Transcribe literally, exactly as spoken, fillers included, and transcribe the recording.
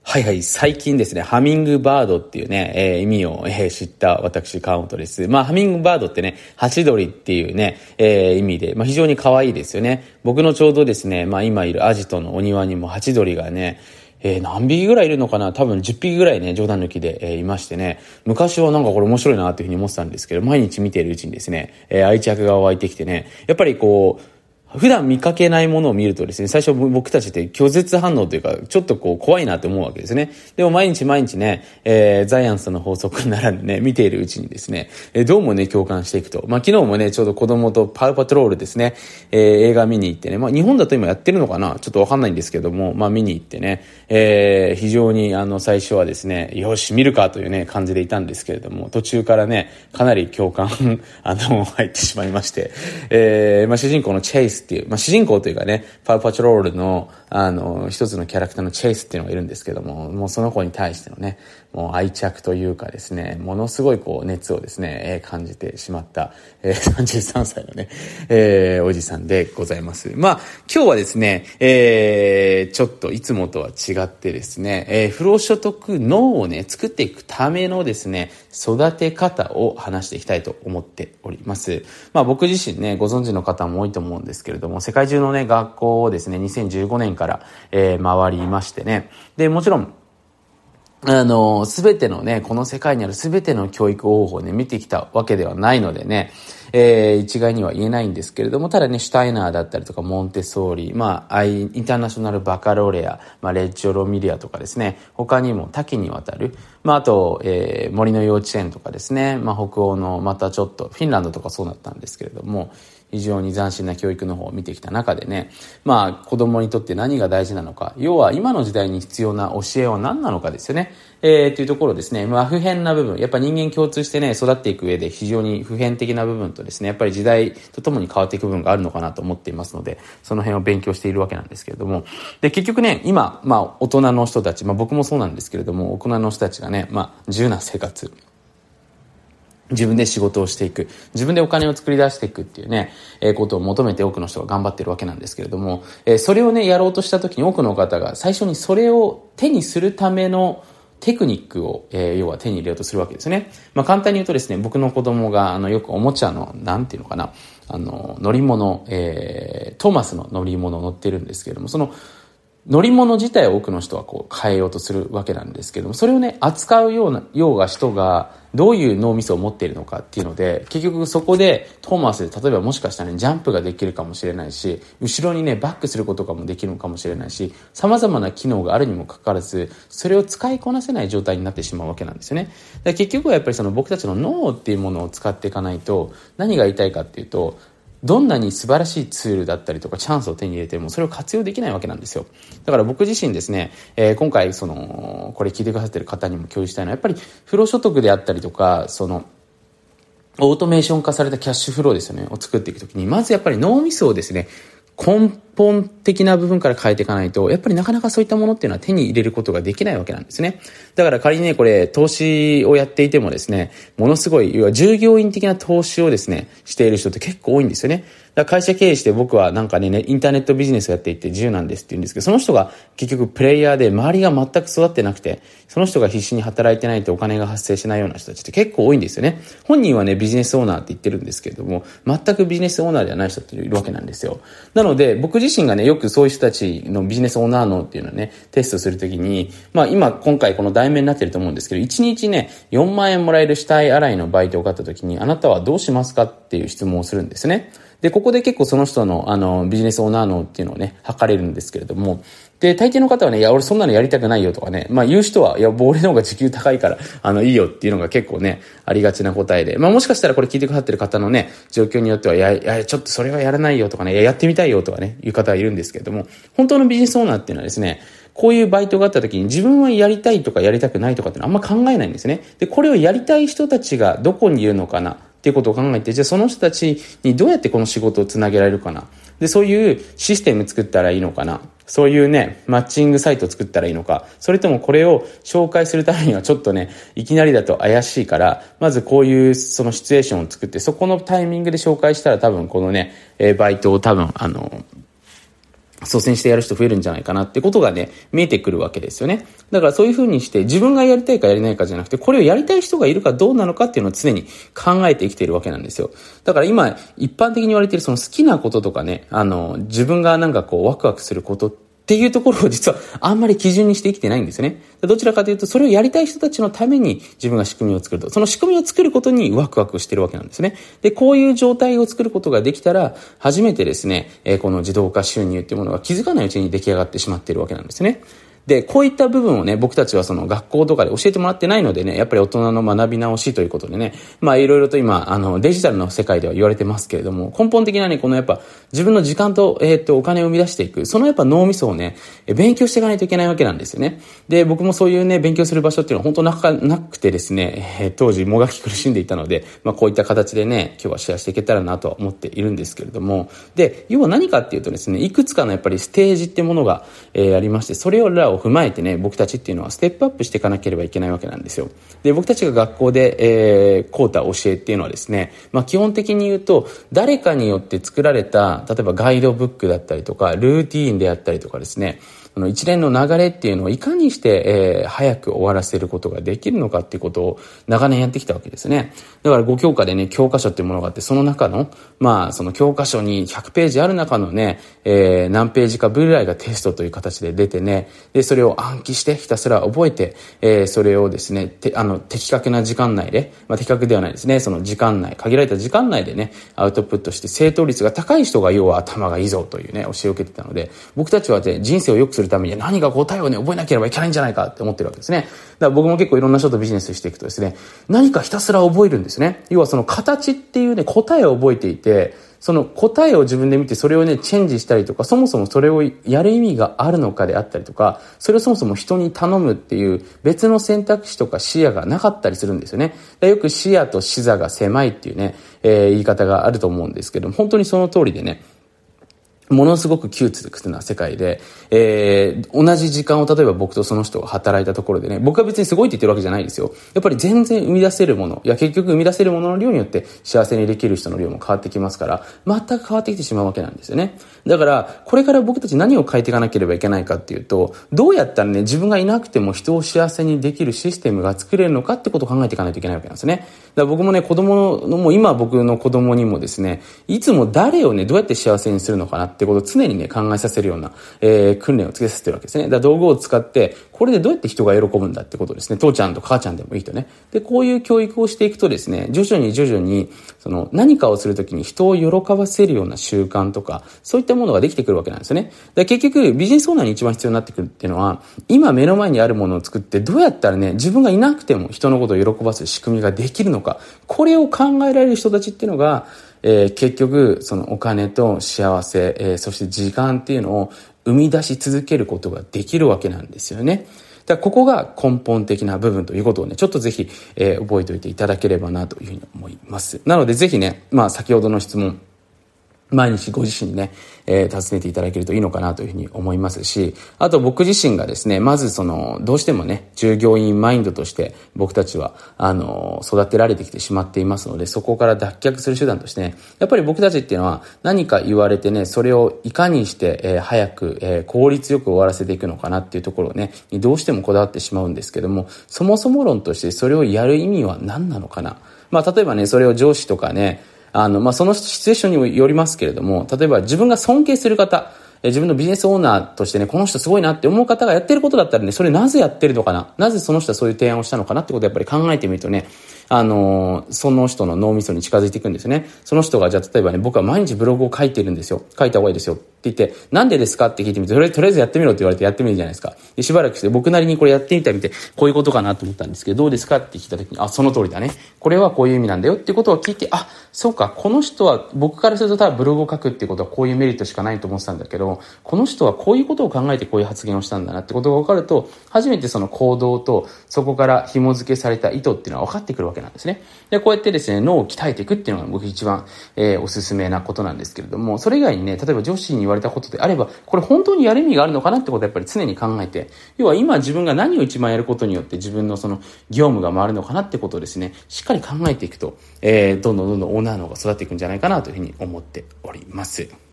はいはい、最近ですね、ハミングバードっていうね、えー、意味を、えー、知った私、川本です。まあ、ハミングバードってね、ハチドリっていうね、えー、意味で、まあ、非常に可愛いですよね。僕のちょうどですね、まあ、今いるアジトのお庭にもハチドリがね、えー、何匹ぐらいいるのかな、多分じゅっぴきぐらいね、冗談抜きで、えー、いましてね、昔はなんかこれ面白いなというふうに思ってたんですけど、毎日見ているうちにですね、えー、愛着が湧いてきてね、やっぱりこう、普段見かけないものを見るとですね、最初僕たちって拒絶反応というか、ちょっとこう怖いなって思うわけですね。でも毎日毎日ね、えー、ザイアンツの法則ならぬね、見ているうちにですね、えー、どうもね、共感していくと。まあ昨日もね、ちょうど子供とパウパトロールですね、えー、映画見に行ってね、まあ日本だと今やってるのかなちょっとわかんないんですけども、まあ見に行ってね、えー、非常にあの最初はですね、よし見るかというね、感じでいたんですけれども、途中からね、かなり共感、あの、入ってしまいまして、えー、まあ主人公のチェイスっていう、まあ、主人公というかね、パウパトロールの、あの、一つのキャラクターのチェイスっていうのがいるんですけども、もうその子に対してのね、もう愛着というかですね、ものすごいこう熱をですね、えー、感じてしまった、えー、さんじゅうさんさいのね、えー、おじさんでございます。まあ、今日はですね、えー、ちょっといつもとは違ってですね、えー、不労所得脳をね、作っていくためのですね、育て方を話していきたいと思っております。まあ僕自身ね、ご存知の方も多いと思うんですけれども、世界中のね、学校をですね、にせんじゅうごねんから、えー、回りましてね。で、もちろん、あの、すべてのね、この世界にあるすべての教育方法をね、見てきたわけではないのでね、えー、一概には言えないんですけれども、ただね、シュタイナーだったりとか、モンテソーリ、まあ、インターナショナルバカロレア、まあ、レッジョロミリアとかですね、他にも多岐にわたる、まあ、あと、えー、森の幼稚園とかですね、まあ、北欧のまたちょっと、フィンランドとかそうだったんですけれども、非常に斬新な教育の方を見てきた中でね、まあ子供にとって何が大事なのか、要は今の時代に必要な教えは何なのかですよね。えー、というところですね、まあ普遍な部分、やっぱ人間共通してね、育っていく上で非常に普遍的な部分とですね、やっぱり時代とともに変わっていく部分があるのかなと思っていますので、その辺を勉強しているわけなんですけれども、で結局ね、今、まあ大人の人たち、まあ僕もそうなんですけれども、大人の人たちがね、まあ自由な生活、自分で仕事をしていく、自分でお金を作り出していくっていうね、えー、ことを求めて多くの人が頑張ってるわけなんですけれども、えー、それをね、やろうとした時に多くの方が最初にそれを手にするためのテクニックを、えー、要は手に入れようとするわけですね。まあ簡単に言うとですね、僕の子供があのよくおもちゃの、なんていうのかな、あの、乗り物、えー、トーマスの乗り物乗ってるんですけれども、その、乗り物自体を多くの人はこう変えようとするわけなんですけども、それをね、扱うような、ようが人がどういう脳みそを持っているのかっていうので、結局そこでトーマスで例えばもしかしたらね、ジャンプができるかもしれないし、後ろにね、バックすることかもできるのかもしれないし、様々な機能があるにもかかわらず、それを使いこなせない状態になってしまうわけなんですよね。だから結局はやっぱりその僕たちの脳っていうものを使っていかないと、何が言いたいかっていうと、どんなに素晴らしいツールだったりとかチャンスを手に入れてもそれを活用できないわけなんですよ。だから僕自身ですね、えー、今回そのこれ聞いてくださっている方にも共有したいのは、やっぱり不労所得であったりとか、そのオートメーション化されたキャッシュフローですよね、を作っていくときに、まずやっぱり脳みそをですね、根本的な部分から変えていかないと、やっぱりなかなかそういったものっていうのは手に入れることができないわけなんですね。だから仮にね、これ投資をやっていてもですね、ものすごい、要は従業員的な投資をですね、している人って結構多いんですよね。だから会社経営して僕はなんかね、インターネットビジネスをやっていて自由なんですって言うんですけど、その人が結局プレイヤーで周りが全く育ってなくて、その人が必死に働いてないとお金が発生しないような人たちって結構多いんですよね。本人はね、ビジネスオーナーって言ってるんですけれども、全くビジネスオーナーではない人っているわけなんですよ。なので僕自身がね、よくそういう人たちのビジネスオーナー脳っていうのをね、テストするときに、まあ今今回この題名になってると思うんですけど、いちにちね、よんまんえんもらえる死体洗いのバイトを買ったときに、あなたはどうしますかっていう質問をするんですね。で、ここで結構その人の、あの、ビジネスオーナー脳っていうのをね、測れるんですけれども、で、大抵の方はね、いや、俺そんなのやりたくないよとかね、まあ言う人は、いや、俺の方が時給高いから、あの、いいよっていうのが結構ね、ありがちな答えで、まあもしかしたらこれ聞いてくださってる方のね、状況によっては、いや、いや、ちょっとそれはやらないよとかね、いや、やってみたいよとかね、いう方はいるんですけれども、本当のビジネスオーナーっていうのはですね、こういうバイトがあった時に自分はやりたいとかやりたくないとかってのはあんま考えないんですね。で、これをやりたい人たちがどこにいるのかなっていうことを考えて、じゃあその人たちにどうやってこの仕事をつなげられるかな。で、そういうシステム作ったらいいのかな。そういうね、マッチングサイトを作ったらいいのか。それともこれを紹介するためにはちょっとね、いきなりだと怪しいから、まずこういうそのシチュエーションを作って、そこのタイミングで紹介したら多分このね、えー、バイトを多分、あの、 率先してやる人増えるんじゃないかなってことがね、見えてくるわけですよね。だからそういう風にして自分がやりたいかやりないかじゃなくて、これをやりたい人がいるかどうなのかっていうのを常に考えて生きているわけなんですよ。だから今、一般的に言われているその好きなこととかね、あの、自分がなんかこうワクワクすることっていうところを実はあんまり基準にして生きてないんですよね。どちらかというと、それをやりたい人たちのために自分が仕組みを作ると。その仕組みを作ることにワクワクしてるわけなんですね。で、こういう状態を作ることができたら、初めてですね、えー、この自動化収入っていうものが気づかないうちに出来上がってしまっているわけなんですね。で、こういった部分をね、僕たちはその学校とかで教えてもらってないのでね、やっぱり大人の学び直しということでね、まあいろいろと今、あの、デジタルの世界では言われてますけれども、根本的なね、このやっぱ自分の時間と、えー、っと、お金を生み出していく、そのやっぱ脳みそをね、勉強していかないといけないわけなんですよね。で、僕もそういうね、勉強する場所っていうのは本当なかなくてですね、えー、当時もがき苦しんでいたので、まあこういった形でね、今日はシェアしていけたらなとは思っているんですけれども、で、要は何かっていうとですね、いくつかのやっぱりステージってものが、えー、ありまして、それらを踏まえてね、僕たちっていうのはステップアップしていかなければいけないわけなんですよ。で、僕たちが学校で、えー、こうた教えっていうのはですね、まあ基本的に言うと、誰かによって作られた、例えばガイドブックだったりとか、ルーティーンであったりとかですね、この一連の流れっていうのをいかにして、えー、早く終わらせることができるのかっていうことを長年やってきたわけですね。だからご教科でね、教科書っていうものがあって、その中の、まあその教科書にひゃくページある中のね、えー、何ページかぐらいがテストという形で出てね、で、それを暗記してひたすら覚えて、えー、それをですね、てあの、的確な時間内で、まあ的確ではないですね、その時間内、限られた時間内でね、アウトプットして正答率が高い人が要は頭がいいぞというね、教えを受けてたので、僕たちはね、人生を良くするために何か答えをね、覚えなければいけないんじゃないかって思ってるわけですね。だから僕も結構いろんな人とビジネスしていくとですね、何かひたすら覚えるんですね。要はその形っていうね、答えを覚えていて、その答えを自分で見てそれをね、チェンジしたりとか、そもそもそれをやる意味があるのかであったりとか、それをそもそも人に頼むっていう別の選択肢とか視野がなかったりするんですよね。でよく視野と視座が狭いっていうね、えー、言い方があると思うんですけども、本当にその通りでね、ものすごく窮屈な世界で、えー、同じ時間を例えば僕とその人が働いたところでね、僕は別にすごいって言ってるわけじゃないですよ。やっぱり全然生み出せるもの、いや結局生み出せるものの量によって幸せにできる人の量も変わってきますから、全く変わってきてしまうわけなんですよね。だから、これから僕たち何を変えていかなければいけないかっていうと、どうやったらね、自分がいなくても人を幸せにできるシステムが作れるのかってことを考えていかないといけないわけなんですね。だから僕もね、子供の、もう今僕の子供にもですね、いつも誰をね、どうやって幸せにするのかなってことを常にね、考えさせるような、えー、訓練をつけさせてるわけですね。だから道具を使って、これでどうやって人が喜ぶんだってことですね。父ちゃんと母ちゃんでもいいとね。で、こういう教育をしていくとですね、徐々に徐々に、その何かをするときに人を喜ばせるような習慣とか、そういったものができてくるわけなんですよね。で結局、ビジネスオーナーに一番必要になってくるっていうのは、今目の前にあるものを作って、どうやったらね、自分がいなくても人のことを喜ばせる仕組みができるのか、これを考えられる人たちっていうのが、えー、結局そのお金と幸せ、えー、そして時間っていうのを生み出し続けることができるわけなんですよね。だからここが根本的な部分ということをね、ちょっとぜひ、えー、覚えておいていただければなというふうに思います。なのでぜひね、まあ先ほどの質問、毎日ご自身にね、えー、尋ねていただけるといいのかなというふうに思いますし、あと僕自身がですね、まずその、どうしてもね、従業員マインドとして僕たちは、あの、育てられてきてしまっていますので、そこから脱却する手段としてね、やっぱり僕たちっていうのは何か言われてね、それをいかにして、えー、早く、えー、効率よく終わらせていくのかなっていうところをね、にどうしてもこだわってしまうんですけども、そもそも論としてそれをやる意味は何なのかな。まあ、例えばね、それを上司とかね、あの、まあ、そのシチュエーションにもよりますけれども、例えば自分が尊敬する方、自分のビジネスオーナーとしてね、この人すごいなって思う方がやってることだったらね、それなぜやってるのかな、なぜその人はそういう提案をしたのかなってことをやっぱり考えてみるとね、あのー、その人の脳みそに近づいていくんですよね。その人がじゃあ例えばね、僕は毎日ブログを書いてるんですよ。書いた方がいいですよって言って、なんでですかって聞いてみて、とりあえずやってみろって言われてやってみるじゃないですか。でしばらくして僕なりにこれやってみたみて、こういうことかなと思ったんですけど、どうですかって聞いた時に、あ、その通りだね。これはこういう意味なんだよっていうことを聞いて、あ、そうか、この人は僕からするとただブログを書くっていうことはこういうメリットしかないと思ってたんだけど、この人はこういうことを考えてこういう発言をしたんだなってことが分かると、初めてその行動とそこから紐付けされた意図っていうのは分かってくるわけなんですね。で、こうやってですね、脳を鍛えていくっていうのが僕一番、えー、おすすめなことなんですけれども、それ以外にね、例えば上司に言われたことであれば、これ本当にやる意味があるのかなってことをやっぱり常に考えて、要は今自分が何を一番やることによって自分のその業務が回るのかなってことをですね、しっかり考えていくと、えー、どんどんどんどんオーナーの方が育っていくんじゃないかなというふうに思っております。